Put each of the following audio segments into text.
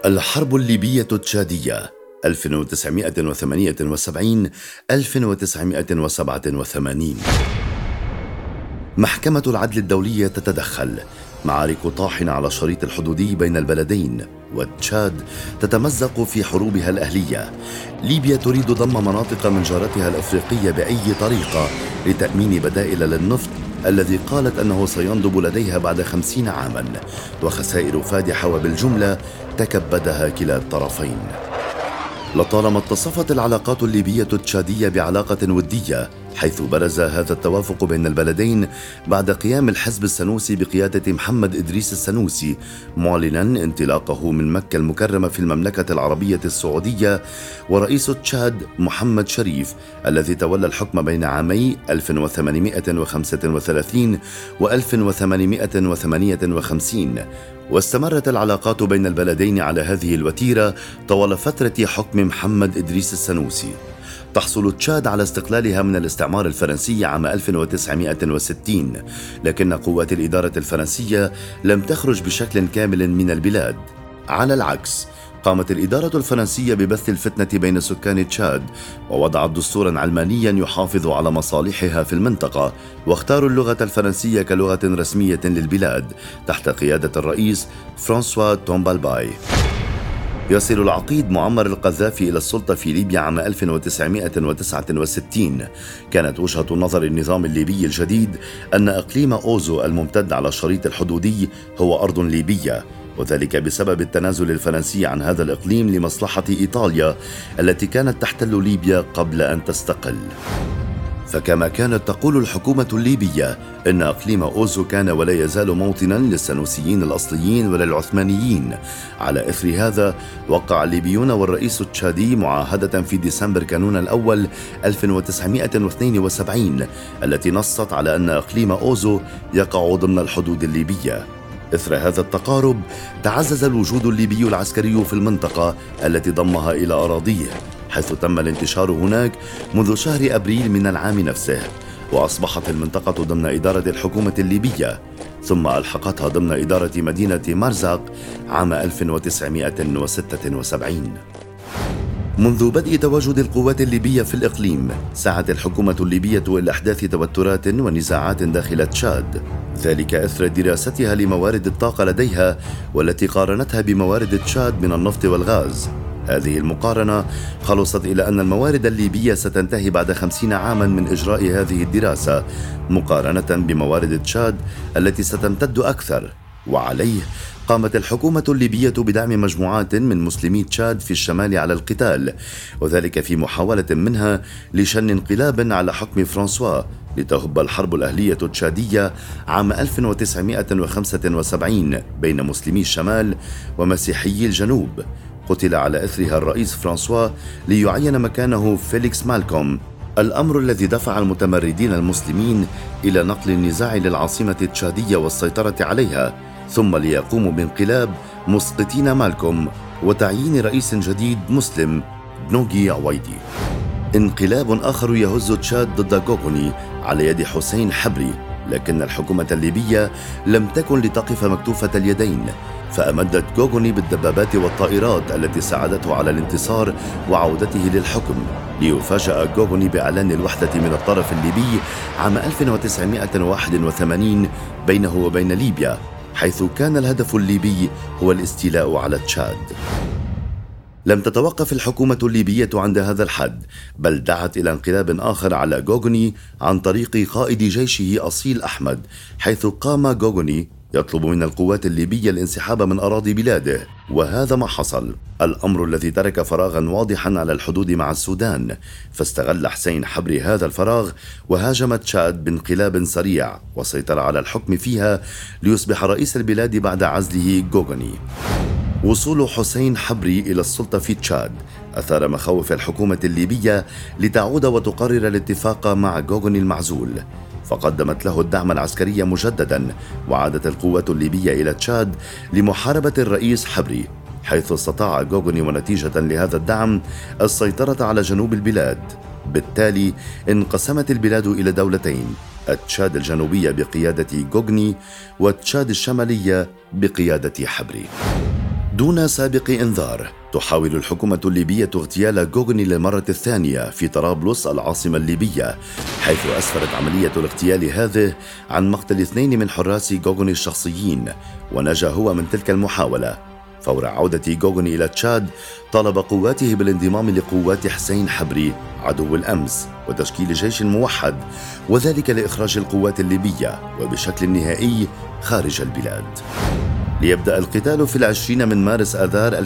الحرب الليبية التشادية 1978-1987. محكمة العدل الدولية تتدخل. معارك طاحنة على الشريط الحدودي بين البلدين، وتشاد تتمزق في حروبها الأهلية. ليبيا تريد ضم مناطق من جارتها الأفريقية بأي طريقة لتأمين بدائل للنفط الذي قالت أنه سينضب لديها بعد 50 عاما، وخسائر فادحة وبالجملة تكبدها كلا الطرفين. لطالما اتصفت العلاقات الليبية التشادية بعلاقة ودية، حيث برز هذا التوافق بين البلدين بعد قيام الحزب السنوسي بقيادة محمد إدريس السنوسي معلنا انطلاقه من مكة المكرمة في المملكة العربية السعودية، ورئيس تشاد محمد شريف الذي تولى الحكم بين عامي 1835 و 1858. واستمرت العلاقات بين البلدين على هذه الوتيرة طوال فترة حكم محمد إدريس السنوسي. تحصل تشاد على استقلالها من الاستعمار الفرنسي عام 1960، لكن قوات الإدارة الفرنسية لم تخرج بشكل كامل من البلاد. على العكس، قامت الإدارة الفرنسية ببث الفتنة بين سكان تشاد، ووضعت دستورا علمانيا يحافظ على مصالحها في المنطقة، واختاروا اللغة الفرنسية كلغة رسمية للبلاد تحت قيادة الرئيس فرانسوا تومبالباي. يصل العقيد معمر القذافي إلى السلطة في ليبيا عام 1969. كانت وجهة نظر النظام الليبي الجديد أن إقليم أوزو الممتد على الشريط الحدودي هو أرض ليبية، وذلك بسبب التنازل الفرنسي عن هذا الإقليم لمصلحة إيطاليا التي كانت تحتل ليبيا قبل أن تستقل. فكما كانت تقول الحكومة الليبية إن إقليم أوزو كان ولا يزال موطنا للسنوسيين الأصليين وللعثمانيين، على إثر هذا وقع الليبيون والرئيس التشادي معاهدة في ديسمبر كانون الأول 1972 التي نصت على أن إقليم أوزو يقع ضمن الحدود الليبية. إثر هذا التقارب تعزز الوجود الليبي العسكري في المنطقة التي ضمها إلى أراضيه، حيث تم الانتشار هناك منذ شهر أبريل من العام نفسه، وأصبحت المنطقة ضمن إدارة الحكومة الليبية، ثم ألحقتها ضمن إدارة مدينة مرزق عام 1976. منذ بدء تواجد القوات الليبية في الإقليم، سعت الحكومة الليبية إلى إحداث توترات ونزاعات داخل تشاد، ذلك إثر دراستها لموارد الطاقة لديها والتي قارنتها بموارد تشاد من النفط والغاز. هذه المقارنة خلصت إلى أن الموارد الليبية ستنتهي بعد 50 عاما من إجراء هذه الدراسة، مقارنة بموارد تشاد التي ستمتد أكثر. وعليه قامت الحكومة الليبية بدعم مجموعات من مسلمي تشاد في الشمال على القتال، وذلك في محاولة منها لشن انقلاب على حكم فرانسوا لتهب الحرب الأهلية التشادية عام 1975 بين مسلمي الشمال ومسيحيي الجنوب. قتل على إثرها الرئيس فرانسوا ليعين مكانه فيليكس مالكوم، الأمر الذي دفع المتمردين المسلمين إلى نقل النزاع للعاصمة التشادية والسيطرة عليها، ثم ليقوموا بانقلاب مسقطين مالكوم وتعيين رئيس جديد مسلم بنوغي عويدي. انقلاب آخر يهز تشاد ضد غوغوني على يد حسين حبري، لكن الحكومة الليبية لم تكن لتقف مكتوفة اليدين، فأمدت غوغوني بالدبابات والطائرات التي ساعدته على الانتصار وعودته للحكم، ليفاجأ غوغوني بإعلان الوحدة من الطرف الليبي عام 1981 بينه وبين ليبيا، حيث كان الهدف الليبي هو الاستيلاء على تشاد. لم تتوقف الحكومة الليبية عند هذا الحد، بل دعت إلى انقلاب آخر على غوغوني عن طريق قائد جيشه أصيل أحمد، حيث قام غوغوني يطلب من القوات الليبية الانسحاب من أراضي بلاده، وهذا ما حصل، الأمر الذي ترك فراغا واضحا على الحدود مع السودان. فاستغل حسين حبري هذا الفراغ وهاجم تشاد بانقلاب سريع وسيطر على الحكم فيها ليصبح رئيس البلاد بعد عزله غوغوني. وصول حسين حبري إلى السلطة في تشاد أثار مخاوف الحكومة الليبية لتعود وتقرر الاتفاق مع غوغوني المعزول، فقدمت له الدعم العسكري مجددا، وعادت القوات الليبية إلى تشاد لمحاربة الرئيس حبري، حيث استطاع غوغوني ونتيجة لهذا الدعم السيطرة على جنوب البلاد. بالتالي انقسمت البلاد إلى دولتين، تشاد الجنوبية بقيادة غوغوني وتشاد الشمالية بقيادة حبري. دون سابق إنذار، تحاول الحكومة الليبية اغتيال غوغني للمرة الثانية في طرابلس العاصمة الليبية، حيث أسفرت عملية الاغتيال هذه عن مقتل 2 من حراس غوغني الشخصيين، ونجا هو من تلك المحاولة. فور عودة غوغني إلى تشاد، طالب قواته بالانضمام لقوات حسين حبري عدو الأمس وتشكيل جيش موحد، وذلك لإخراج القوات الليبية وبشكل نهائي خارج البلاد. ليبدأ القتال في 20 من مارس آذار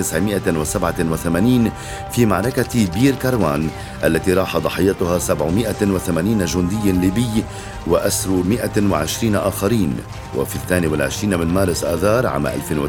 1987 في معركة بير كروان التي راح ضحيتها 780 جندي ليبي وأسر 120 آخرين. وفي 22 من مارس آذار عام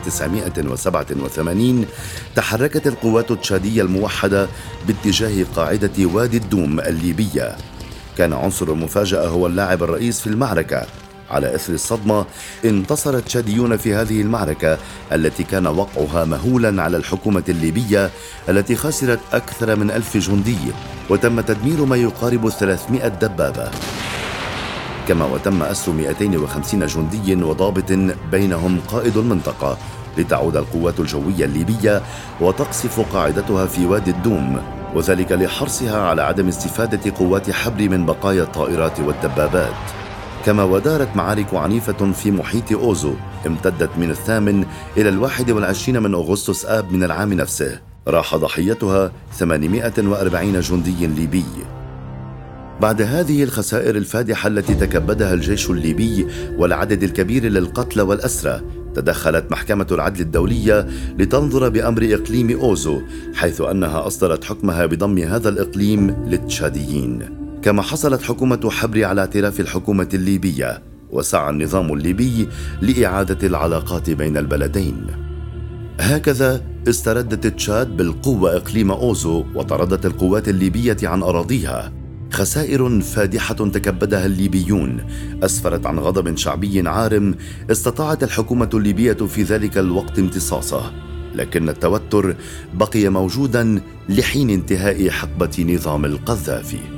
1987 تحركت القوات التشادية الموحدة باتجاه قاعدة وادي الدوم الليبية. كان عنصر المفاجأة هو اللاعب الرئيس في المعركة. على إثر الصدمة انتصر التشاديون في هذه المعركة التي كان وقعها مهولا على الحكومة الليبية التي خسرت أكثر من 1000 جندي، وتم تدمير ما يقارب 300 دبابة، كما وتم أسر 250 جندي وضابط بينهم قائد المنطقة، لتعود القوات الجوية الليبية وتقصف قاعدتها في وادي الدوم، وذلك لحرصها على عدم استفادة قوات حبر من بقايا الطائرات والدبابات. كما ودارت معارك عنيفة في محيط أوزو امتدت من 8 إلى 21 من أغسطس آب من العام نفسه، راح ضحيتها 840 جندي ليبي. بعد هذه الخسائر الفادحة التي تكبدها الجيش الليبي والعدد الكبير للقتلى والأسرى، تدخلت محكمة العدل الدولية لتنظر بأمر إقليم أوزو، حيث أنها أصدرت حكمها بضم هذا الإقليم للتشاديين. كما حصلت حكومة حبري على اعتراف الحكومة الليبية، وسعى النظام الليبي لإعادة العلاقات بين البلدين. هكذا استردت تشاد بالقوة إقليم أوزو وطردت القوات الليبية عن أراضيها. خسائر فادحة تكبدها الليبيون أسفرت عن غضب شعبي عارم استطاعت الحكومة الليبية في ذلك الوقت امتصاصه، لكن التوتر بقي موجودا لحين انتهاء حقبة نظام القذافي.